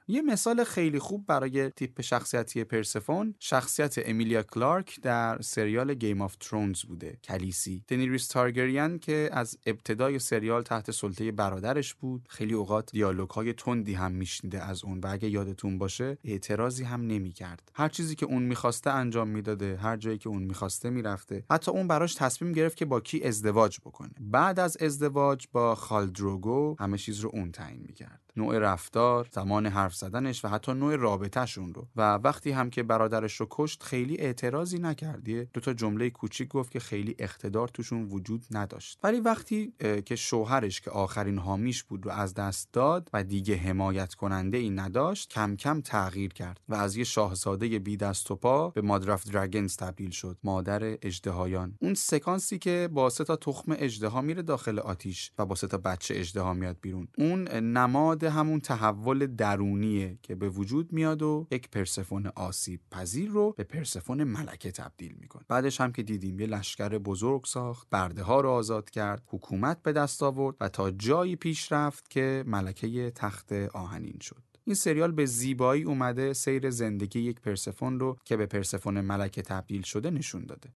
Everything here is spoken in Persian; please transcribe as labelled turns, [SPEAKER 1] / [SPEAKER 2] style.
[SPEAKER 1] یه مثال خیلی خوب برای تیپ شخصیتی پرسفون شخصیت امیلیا کلارک در سریال گیم آف ترونز بوده. کلیسی دنیریس تارگریان که از ابتدای سریال تحت سلطه برادرش بود، خیلی اوقات دیالوگ‌های تندی هم میشنیده از اون و اگه یادتون باشه اعتراضی هم نمی‌کرد. هر چیزی که اون می‌خواسته انجام میداده، هر جایی که اون می‌خواسته میرفته. حتی اون براش تصمیم گرفت که با کی ازدواج بکنه. بعد از ازدواج با خالدروگو همه چیز رو اون تعیین می‌کرد. نوع رفتار، زمان حرف زدنش و حتی نوع رابطه‌شون رو. و وقتی هم که برادرش رو کشت خیلی اعتراضی نکرد. دو تا جمله کوچیک گفت که خیلی اقتدار توشون وجود نداشت. ولی وقتی که شوهرش که آخرین حامیش بود رو از دست داد و دیگه حمایت کننده ای نداشت، کم کم تغییر کرد و از یه شاهزاده بی دست و پا به مادر آف دراگونز تبدیل شد، مادر اژدهایان. اون سکانسی که با 3 تا تخم اژدها میره داخل آتیش و با 3 تا بچه اژدها میاد بیرون، اون نماد همون تحول درونیه که به وجود میاد و یک پرسفون آسیب پذیر رو به پرسفون ملکه تبدیل میکنه. بعدش هم که دیدیم یه لشکر بزرگ ساخت، برده ها رو آزاد کرد، حکومت به دست آورد و تا جایی پیش رفت که ملکه تخت آهنین شد. این سریال به زیبایی اومده سیر زندگی یک پرسفون رو که به پرسفون ملکه تبدیل شده نشون داده.